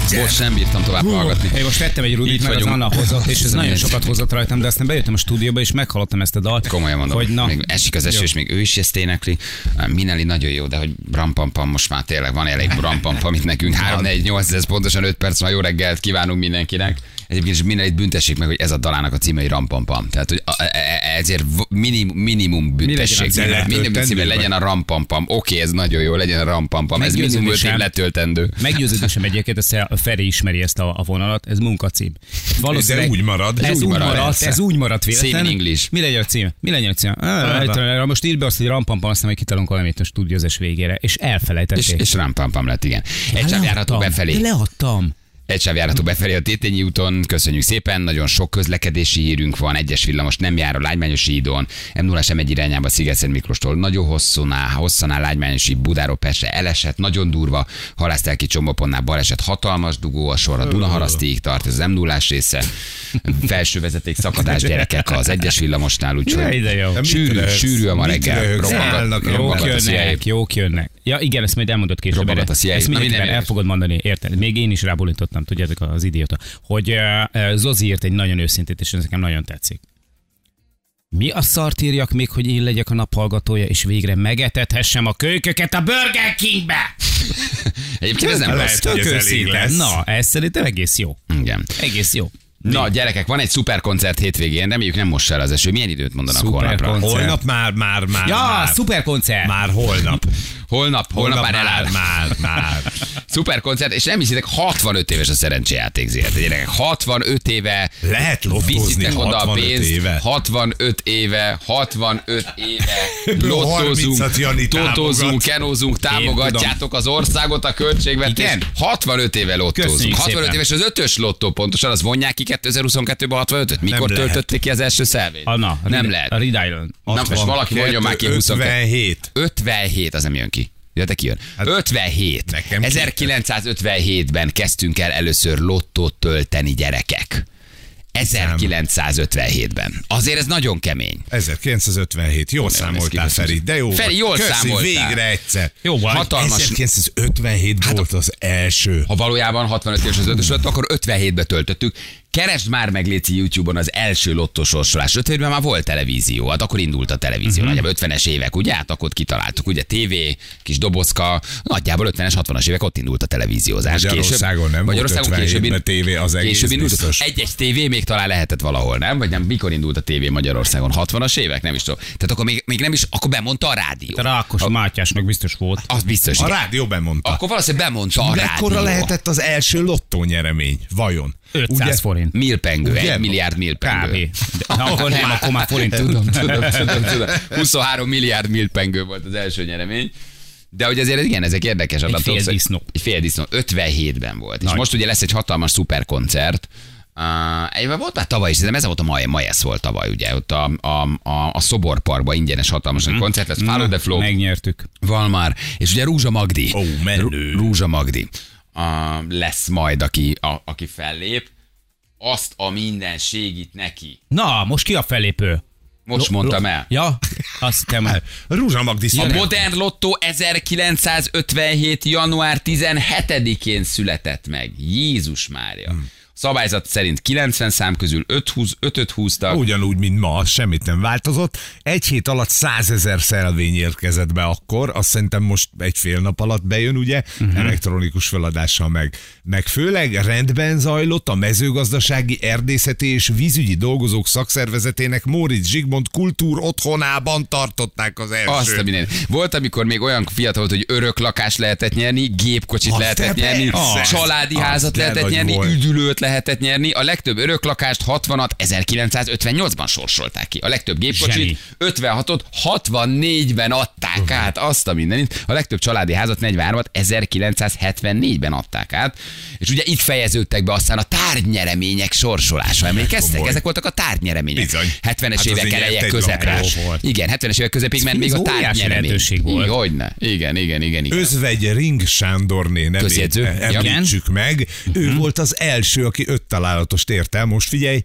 Most nem bírtam tovább hallgatni. Én most vettem egy Rudit, mert az Anna hozott, és ez nagyon sokat hozott rajtam, de aztán bejöttem a stúdióba, és meghallottam ezt a dalt. Komolyan mondom, hogy na, még esik az eső, és még ő is ezt énekli. Minelli nagyon jó, de hogy Brampampam most már tényleg van elég Brampampam itt nekünk. 3-4-8, ez pontosan 5 perc, már jó reggelt kívánunk mindenkinek. Egyébként is Minellit büntessék meg, hogy ez a dalának a címe, hogy Rampampam. Tehát, hogy ezért minimum büntessék. Minimum legyen a Rampampam. Oké, ez nagyon jó, legyen a Rampampam. Ez minimum 5 év letöltendő. Meggyőződésem egyébként, a Feri ismeri ezt a vonalat, ez munkacím. Ez úgy marad. Ez úgy maradt véletlen. Same in English. Mi legyen a cím? Most írd be azt, hogy Rampampam, aztán meg kitalunk valamit a stúdiózás végére, és elfelejtették. És Rampampam lett, igen. Egy sem járható befelé. Leadtam. Egy sem járható befelé a Tétényi úton, köszönjük szépen, nagyon sok közlekedési hírünk van, egyes villamos nem jár a Lágymányosi hídon, M0-as M1 irányába Sziget-Szent Miklóstól, nagyon hosszan áll Lágymányosi Budáról Pestre elesett, nagyon durva, Halásztelki Csomópontnál baleset, hatalmas dugó a sor, a Dunaharasztiig tart, ez az M0-ás része, felső vezeték szakadás gyerekek az egyes villamosnál, úgyhogy sűrű a ma reggel. Jók jönnek. Ja igen, ezt majd elmondod később. Ezt mindenkivel el fogod mondani, érted? Még én is rábólítottam, tudjátok, az idióta, hogy Zozi írt egy nagyon őszintét, és ez nekem nagyon tetszik. Mi a szart írjak még, hogy én legyek a naphallgatója, és végre megetethessem a kölyköket a Burger Kingbe? Egyébként ez nem rossz. Tök őszinte. Na, ez szerintem egész jó. Igen. Egész jó. Na, gyerekek, van egy szuperkoncert hétvégén, reméljük nem most el az eső. Milyen időt mondanak holnapra? Holnap már. Ja, szuperkoncert. Már holnap. Holnap már eláll. Már. Szuperkoncert, és nem hiszitek, 65 éves a szerencsejáték ZRT. Gyerekek, 65 éve. Lehet lottózni 65 éve. 65 éve lottozunk, totózunk, kenózunk, támogatjátok az országot, a költségvetést. 65 éve lottozunk. 65 éves az 5-ös lottó pontosan, az vonják ki 2022-ben 65-öt. Mikor töltötték ki az első szelvényt? Nem lehet. A Rhode Island. Na, most valaki mondja már ki 57. 57, az nem jön ki. Ja, de kijön. 57. 1957-ben kezdtünk el először lottót tölteni, gyerekek. 1957-ben. Azért ez nagyon kemény. 1957. Jól számoltál, Feri. De jó. Feri, jól számoltál. Végre egyszer. Jó van. Hatalmas. 1957 volt az első. Ha valójában 65 éves az 5-ös lott, akkor 57-be töltöttük. Keresd már meg, Léci, YouTube-on az első lottosorsolás. 50-ben már volt televízió, hát akkor indult a televízió. Nagyjából 50-es évek, ugye? Hát akkor kitaláltuk, ugye TV, kis dobozka, nagyjából 50-es, 60-as évek ott indult a televíziózás. Magyarországon nem Magyarországon volt 57, később, mert tévé az egész biztos. Egy tévé még talán lehetett valahol, nem? Vagy nem? Mikor indult a tévé Magyarországon? 60-as évek? Nem is tudom. Tehát akkor még nem is, akkor bemondta a rádió. A Rákos Mátyásnak biztos volt. Az biztos. A rádió bemondta. Akkor valószínűleg bemondta a rádió. Mekkora lehetett az első lottónyeremény? Vajon? 500 forint. Milpengő, 1 milliárd milpengő. Kávé. Akkor nem, akkor már forint. Tudom. 23 milliárd milpengő volt az első nyeremény. De hogy azért igen, ezek érdekes adatok. Egy fél disznó. 57-ben volt. És most ugye lesz egy hatalmas szuperkoncert. Egyébként volt már tavaly is, ez volt a Majesz volt tavaly, ugye, ott a Szoborparkban ingyenes hatalmas koncert lesz. Follow the Flow. Megnyertük. Valmár. És ugye Rúzsa Magdi. Menő. Rúzsa Magdi. Lesz majd, aki fellép. Azt a mindenségit neki. Na, most ki a fellépő? Most mondtam el. Ja, azt hiszem el. Rúzsa Magdi. A Modern Lottó 1957. január 17-én született meg. Jézus Mária. Szabályzat szerint 90 szám közül 5-öt húztak. Ugyanúgy, mint ma, semmit nem változott. Egy hét alatt 100 000 szelvény érkezett be akkor, azt szerintem most egy fél nap alatt bejön, ugye, elektronikus feladással meg főleg rendben zajlott a mezőgazdasági, erdészeti és vízügyi dolgozók szakszervezetének Móricz Zsigmond kultúr otthonában tartották az első. Azt a minden. Volt, amikor még olyan fiatal volt, hogy örök lakást lehetett nyerni, gépkocsit lehetett nyerni, családi házat lehetett nyerni, üdülőt lehetett nyerni. A legtöbb öröklakást 60-at 1958-ban sorsolták ki. A legtöbb gépkocsit 56-ot 64-ben adták át. Azt a mindenit. A legtöbb családi házat 43-at 1974-ben adták át. És ugye itt fejeződtek be aztán a tárgynyeremények sorsolása. Emlékeztek? Ezek voltak a tárgynyeremények. Bizony. 70-es évek eleje közepre. Igen, 70-es évek közepig ment még a tárgynyeremény. Hogyne. Igen. Özvegy Ring Sándorné nevét említsük meg. Ő volt az első, aki 5 találatost ért el, most figyelj,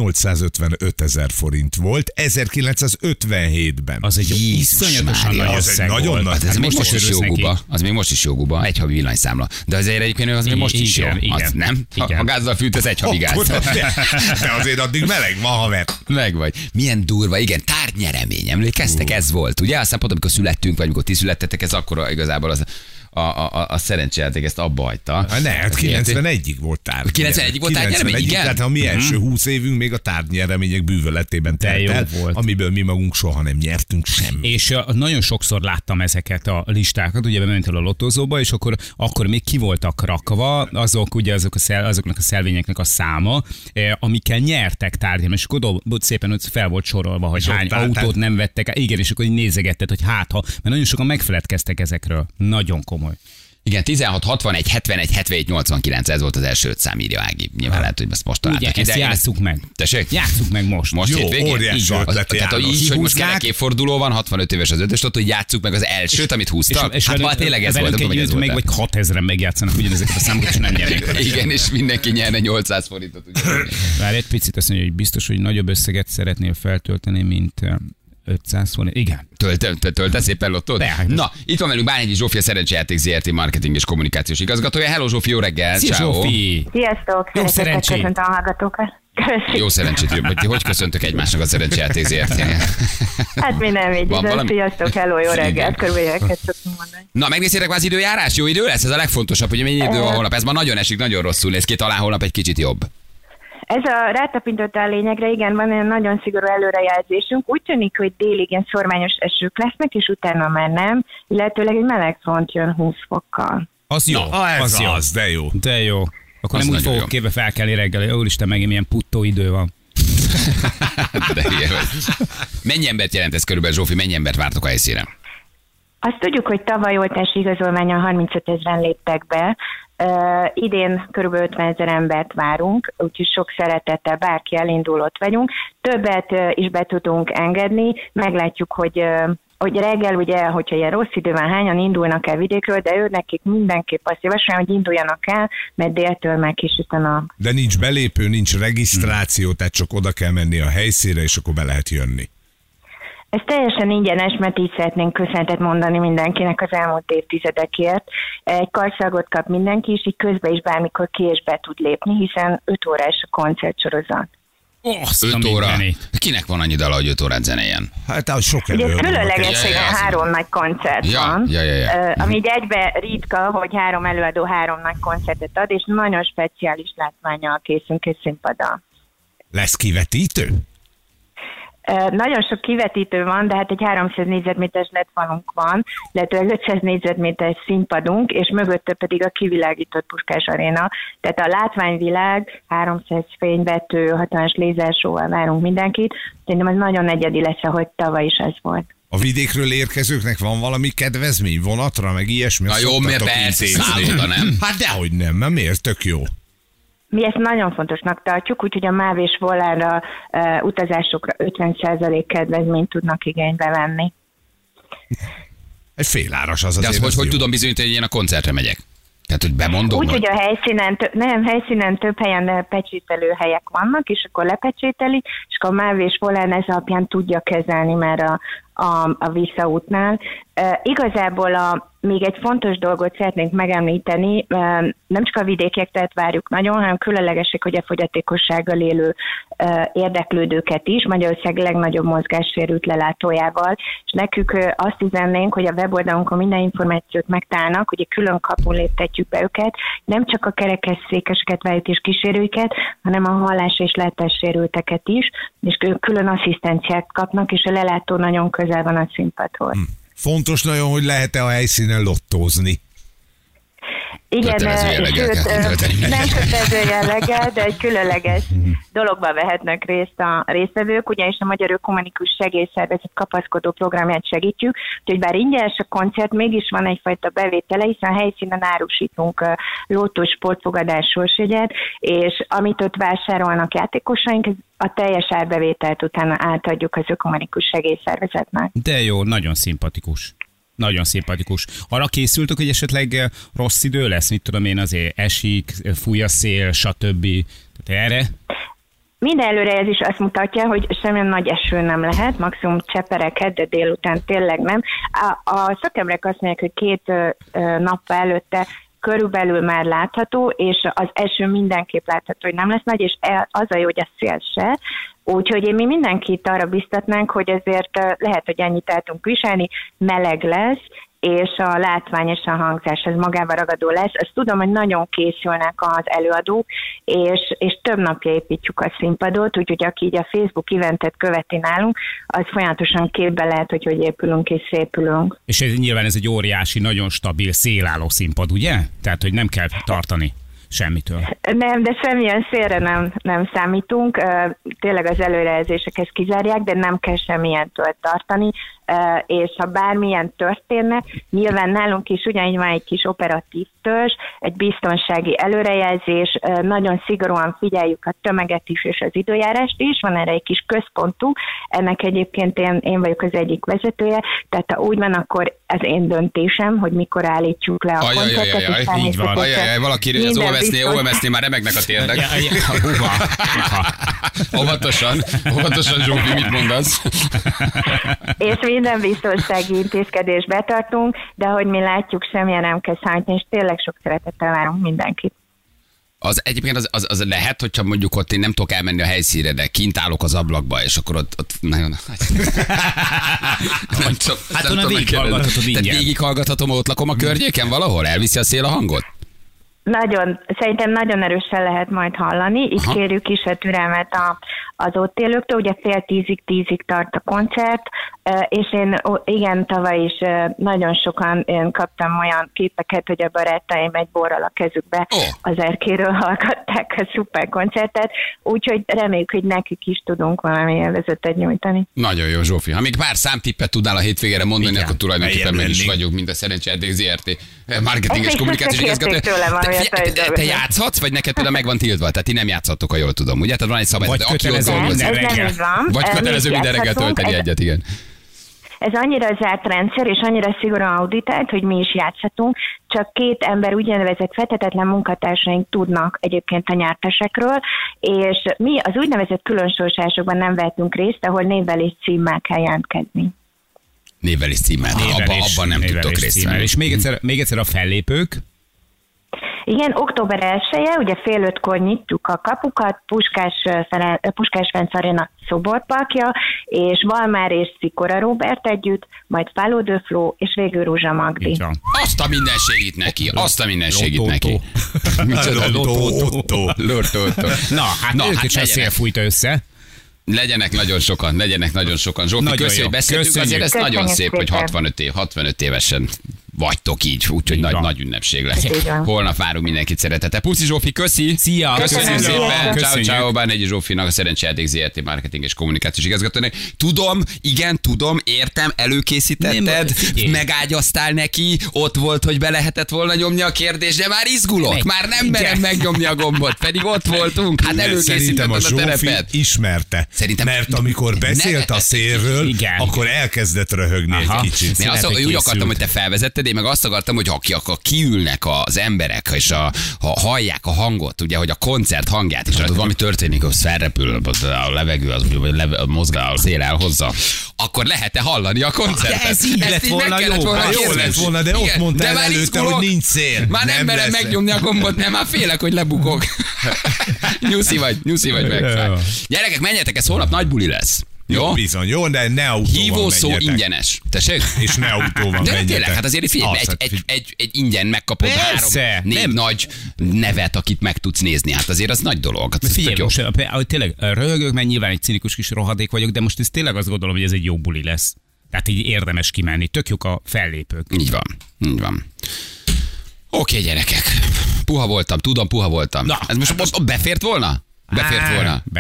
855 000 forint volt 1957-ben. Az egy iszonyatosan nagy összeg volt. Hát ez még most is jó guba, egy havi villanyszámla. De azért egyébként az még most is jó. Az nem? Ha gázzal fűtesz, egy havi gáz. De azért addig meleg van, haver. Meg vagy. Milyen durva, igen, tárgynyeremény. Emlékeztek, ez volt, ugye? Aztán pont amikor születtünk, vagy amikor ti születtetek, ez akkor igazából az a szerencsejáték ezt abba hagyta. Ne, hát 91-ig volt tárgynyeremény. 91-ig volt tárgynyeremény, igen? Tehát a mi első 20 évünk még a tárgnyeremények bűvöletében telt el, amiből mi magunk soha nem nyertünk semmit. És nagyon sokszor láttam ezeket a listákat, ugye bementél a lottozóba, és akkor még ki voltak rakva azoknak a szelvényeknek a száma, amikkel nyertek tárgyereményt, és akkor szépen ott fel volt sorolva, hogy hány autót nem vettek. Igen, és akkor így nézegetted, hogy mert nagyon sokan megfeledkeztek ezekről. Nagyon komoly. Igen, 16, 61, 71, 77, 89, ez volt az első 5 szám, írja Ági. Nyilván lehet, hogy ezt most találtak. Ugye, ezt játsszuk meg. Tessék? Játsszuk meg most. Most jó, óriás ötlet, tehát, hogy most kerek évforduló van, 65 éves az ötös, hogy játsszuk meg az elsőt, amit húztam. Hát tényleg ez volt. Meg vagy 6000-en megjátszanak ugyanezeket a számokat, és nem nyernek. Igen, és mindenki nyerne 800 forintot. Várj egy picit, azt mondja, hogy biztos, hogy nagyobb összeget szeretnél feltölteni, mint 500 forint. Igen. Töltesz éppen lottót? Na, itt van velünk Bánhegyi Zsófi, a Szerencsejáték ZRT marketing és kommunikációs igazgatója. Hello Zsófi, jó reggel! Szia Zsófi! Sziasztok! Jó szerencsét! Köszöntöm a hallgatókat. Jó szerencsét, hogy köszöntök egymásnak a Szerencsejáték ZRT-nél? Hát mi nem így, sziasztok, hello, jó reggelt, körülbelül szoktunk mondani. Na, megnéztétek az időjárás? Jó idő lesz? Ez a legfontosabb, hogy mennyi idő van holnap. Ez ma nagyon esik, nagyon rosszul néz ki, talán holnap egy kicsit jobb. Ez a rátapintottál lényegre, igen, van egy nagyon szigorú előrejelzésünk. Úgy tűnik, hogy délig ilyen szormányos esők lesznek, és utána már nem, illetőleg egy meleg front jön 20 fokkal. Az jó, az jó. De jó. De jó. Akkor az nem úgy fogok képbe felkelni reggel, hogy úristen, megint milyen puttó idő van. De hülye vagy. Mennyi embert jelent ez körülbelül, Zsófi, mennyi embert vártok a helyszínen? Azt tudjuk, hogy tavaly oltási igazolványon 35 000 léptek be, idén kb. 50 000 embert várunk, úgyhogy sok szeretettel bárki elindul, ott vagyunk. Többet is be tudunk engedni, meglátjuk, hogy reggel, ugye, hogyha ilyen rossz idő van, hányan indulnak el vidékről, de ő nekik mindenképp azt javasolja, hogy induljanak el, mert déltől megkísítanak. De nincs belépő, nincs regisztráció, tehát csak oda kell menni a helyszínre, és akkor be lehet jönni. Ez teljesen ingyenes, mert így szeretnénk köszönetet mondani mindenkinek az elmúlt évtizedekért. Egy karszalagot kap mindenki, és így közben is bármikor ki és be tud lépni, hiszen 5 órás a koncertsorozat. 5 óra? Kinek van annyi dala, hogy 5 órát zenéljen? Hát sok előadó. Ugye különlegességen 3 nagy koncert van, ami így egybe ritka, hogy 3 előadó 3 nagy koncertet ad, és nagyon speciális látvánnyal készünk és színpaddal. Lesz kivetítő? Nagyon sok kivetítő van, de hát egy 300 négyzetméteres LED-falunk van, illetve 500 négyzetméteres színpadunk, és mögötte pedig a kivilágított Puskás Aréna. Tehát a látványvilág, 300 fényvető, hatalmas lézersóval várunk mindenkit. Szerintem ez nagyon egyedi lesz, ahogy tavaly is ez volt. A vidékről érkezőknek van valami kedvezmény vonatra, meg ilyesmi? Na jó, miért persze, szálloda, nem? Hát dehogy nem, mert miért? Tök jó. Mi ezt nagyon fontosnak tartjuk, úgyhogy a MÁV és Volánra utazásokra 50% kedvezményt tudnak igénybe venni. Egy féláras az azért. De azt hogy tudom bizonyítani, hogy én a koncertre megyek? Tehát, hogy bemondom? Úgy, hogy a helyszínen több helyen pecsételő helyek vannak, és akkor lepecsételi, és akkor a MÁV és Volán ez alapján tudja kezelni már a visszaútnál. Igazából még egy fontos dolgot szeretnénk megemlíteni, nem csak a vidékieket várjuk nagyon, hanem különlegesek, hogy a fogyatékossággal élő érdeklődőket is, Magyarország legnagyobb mozgássérült lelátójával, és nekük azt üzennénk, hogy a weboldalunkon minden információt megtalálnak, hogy külön kapun léptetjük be őket, nem csak a kerekesszékeseket várjuk és kísérőiket, hanem a hallás- és látássérülteket is, és külön asszisztenciát kapnak, és a lelátó nagyon közel van a színpadhoz. Fontos nagyon, hogy lehet-e a helyszínen lottózni. Igen, sőt, nem kötelező jelleggel, de egy különleges dologban vehetnek részt a résztvevők, ugyanis a Magyar Ökumenikus Segélyszervezet kapaszkodó programját segítjük, úgyhogy bár ingyenes a koncert, mégis van egyfajta bevétele, hiszen a helyszínen árusítunk lottó sportfogadás sorsjegyet, és amit ott vásárolnak játékosaink, a teljes árbevételt utána átadjuk az Ökumenikus Segélyszervezetnek. De jó, nagyon szimpatikus. Nagyon szimpatikus. Arra készültök, hogy esetleg rossz idő lesz? Mit tudom én, azért esik, fúj a szél, stb. Tehát erre? Minden előrejelzés azt mutatja, hogy semmilyen nagy eső nem lehet, maximum csepereket, de délután tényleg nem. A szakemberek azt mondják, hogy 2 nappal előtte körülbelül már látható, és az eső mindenképp látható, hogy nem lesz nagy, és az a jó, hogy a szél se. Úgyhogy mi mindenkit arra biztatnánk, hogy ezért lehet, hogy ennyit el tudunk viselni, meleg lesz, és a látvány és a hangzás az magával ragadó lesz. Azt tudom, hogy nagyon készülnek az előadók, és több napja építjük a színpadot, úgyhogy aki így a Facebook eventet követi nálunk, az folyamatosan képbe lehet, hogy épülünk és szépülünk. És nyilván ez egy óriási, nagyon stabil, szélálló színpad, ugye? Tehát, hogy nem kell tartani semmitől. Nem, de semmilyen szélre nem számítunk. Tényleg az előrejelzések ezt kizárják, de nem kell semmilyentől tartani. És ha bármilyen történne, nyilván nálunk is ugyanígy van egy kis operatív törzs, egy biztonsági előrejelzés, nagyon szigorúan figyeljük a tömeget is és az időjárást is, van erre egy kis központunk, ennek egyébként én vagyok az egyik vezetője, tehát ha úgy van, akkor az én döntésem, hogy állítsuk le a koncertet. Így van. Valaki írja, hogy az OMS-nél már remegnek a térdek. Óvatosan, Zsófi, mit mondasz? És minden biztonsági intézkedést betartunk, de hogy mi látjuk, semmilyen nem kell számítani, és tényleg sok szeretettel várunk mindenkit. Egyébként az lehet, hogyha mondjuk ott én nem tudok elmenni a helyszínre, de kint állok az ablakba, és akkor ott nagyon... Hát onnan végighallgathatod ingyen. Tehát végighallgathatom, ott lakom a környéken valahol? Elviszi a szél a hangot? Szerintem nagyon erősen lehet majd hallani. Itt kérjük is a türelmet az ott élőktől. Ugye 9:30-10-ig tart a koncert, és én tavaly is nagyon sokan kaptam olyan képeket, hogy a barátaim egy borral a kezükbe az erkéről hallgatták a szuper koncertet, úgyhogy reméljük, hogy nekik is tudunk valami élvezetet nyújtani. Nagyon jó, Zsófi. Ha még pár számtippet tudnál a hétvégére mondani, akkor tulajdonképpen meg is vagyunk, mint a Szerencsé Eddig ZRT marketing és kommunikációs igazgatója. Te játszhatsz, vagy neked például meg van tiltva? Tehát ti nem játszhatok, ha jól tudom, ugye? Tehát van egy szabály, aki ott dolgozik. Vagy kötelező minden reggel tölteni egyet, igen. Ez annyira zárt rendszer, és annyira szigorúan auditált, hogy mi is játszhatunk, csak 2 ember úgynevezett feltétlen munkatársaink tudnak egyébként a nyertesekről, és mi az úgynevezett különsorsásokban nem vettünk részt, ahol névvel és címmel kell jelentkezni. Névvel és címmel, abban nem tudtok részt venni. És még egyszer a fellépők. Igen, október 1-e, ugye 4:30-kor nyitjuk a kapukat, Puskás Ferenc Aréna szoborparkja, és Valmár és Szikora Róbert együtt, majd Fáló de Fló, és végül Rúzsa Magdi. Azt a mindenségét neki, Lotto. Na, hát ők is a szél fújta össze. Legyenek nagyon sokan. Zsófi, köszi, hogy beszéltünk, azért ez nagyon szép, hogy 65 évesen vagytok így, úgyhogy nagy ünnepség lesz. Holnap várunk mindenkit szeretettel. Puszi Zsófi, köszi! Szia! Köszönjük szépen! Ciao, Bánegyi Zsófinak, a Szerencsé Eddig ZRT marketing és kommunikációs igazgatónak. Tudom, értem, előkészítetted, megágyaztál neki, ott volt, hogy be lehetett volna nyomni a kérdést, de már izgulok, már nem merem megnyomni a gombot, pedig ott voltunk, hát előkészítetted a terepet. Ismerte, mert amikor beszélt a szélről, akkor elkezdett röhögni egy kicsit. Én úgy akartam, hogy te felvezetted, én meg azt akartam, hogy ha kiülnek az emberek, és ha hallják a hangot, ugye, hogy a koncert hangját, és valami történik, hogy felrepül a levegő, vagy mozgál, a szél elhozza, akkor lehet-e hallani a koncertet? De ez így lett volna jó. Jó lett volna, de ott mondtál előtte, hogy nincs szél. Már nem merem megnyomni a gombot, nem, már félek, hogy lebukok. Nyuszi vagy meg. Gyerekek, menjetek, ez holnap nagy buli lesz. Jó? Bizony, jó, de ne autóval hívószó menjetek. Ingyenes. Tessék? És ne autóval de menjetek. tényleg, hát azért figyelj, egy ingyen megkapod 3-4 nagy nevet, akit meg tudsz nézni. Hát azért az nagy dolog. Hát figyelj, most tényleg röhögök, mert nyilván egy cinikus kis rohadék vagyok, de most ez tényleg azt gondolom, hogy ez egy jó buli lesz. Tehát így érdemes kimenni. Tök jók a fellépők. Így van. Oké, gyerekek. Puha voltam. Na. Ez most befért volna? Be.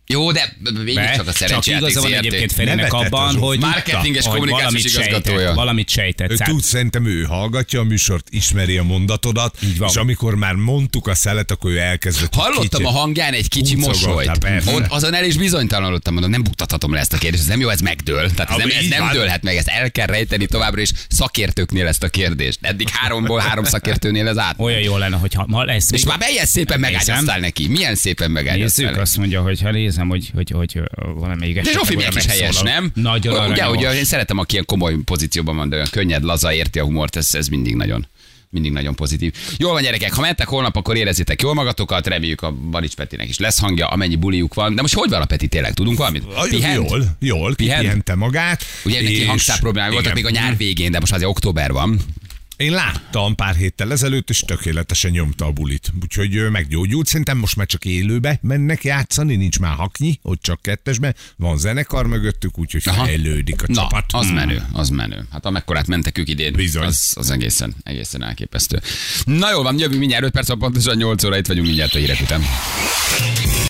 Jó, de csak a szerencséjáték igaza van egyébként Ferinek abban, hogy marketinges kommunikációs igazgatója. Valamit sejtett. Szerintem ő hallgatja a műsort, ismeri a mondatodat, és amikor már mondtuk a szelet, akkor ő elkezdett. Hallottam a hangján egy kicsi mosolyt. Azon el is bizonytalanodtam, mondom, nem buktathatom le ezt a kérdést, ez nem jó, ez megdől. Tehát ez nem dőlhet meg, ezt el kell rejteni továbbra is szakértőknél ezt a kérdést. Eddig 3 szakértőnél ez át. Olyan jó lenne, hogyha ma lesz. És már milyen szépen megágyaztál neki. Milyen szépen megágyaztál. Nézzük, azt mondja, hogy ha nézem, hogy valamelyik. De Zsofi milyen kis helyes, nem? Nagyon aranyos. Ugye, én szeretem, aki ilyen komoly pozícióban van, de olyan könnyed, laza, érti a humort, ez mindig nagyon pozitív. Jól van, gyerekek, ha mentek holnap, akkor érezzétek jól magatokat, reméljük a Balics Petinek is lesz hangja, amennyi buliuk van. De most hogy van a Peti, tényleg tudunk valamit? Jól, pihente magát. Ugye neki hangszár problémái voltak még a nyár végén, de most azért október van. Én láttam pár héttel ezelőtt, és tökéletesen nyomta a bulit. Úgyhogy meggyógyult. Szerintem most már csak élőbe mennek játszani, nincs már haknyi, ott csak kettesbe. Van zenekar mögöttük, úgyhogy fejlődik a csapat. Az menő. Hát amekkorát mentek ők idén. Bizony. Az egészen elképesztő. Na jól van, jövünk mindjárt 5 perc, pontosan 8 óra itt vagyunk mindjárt a hírek után.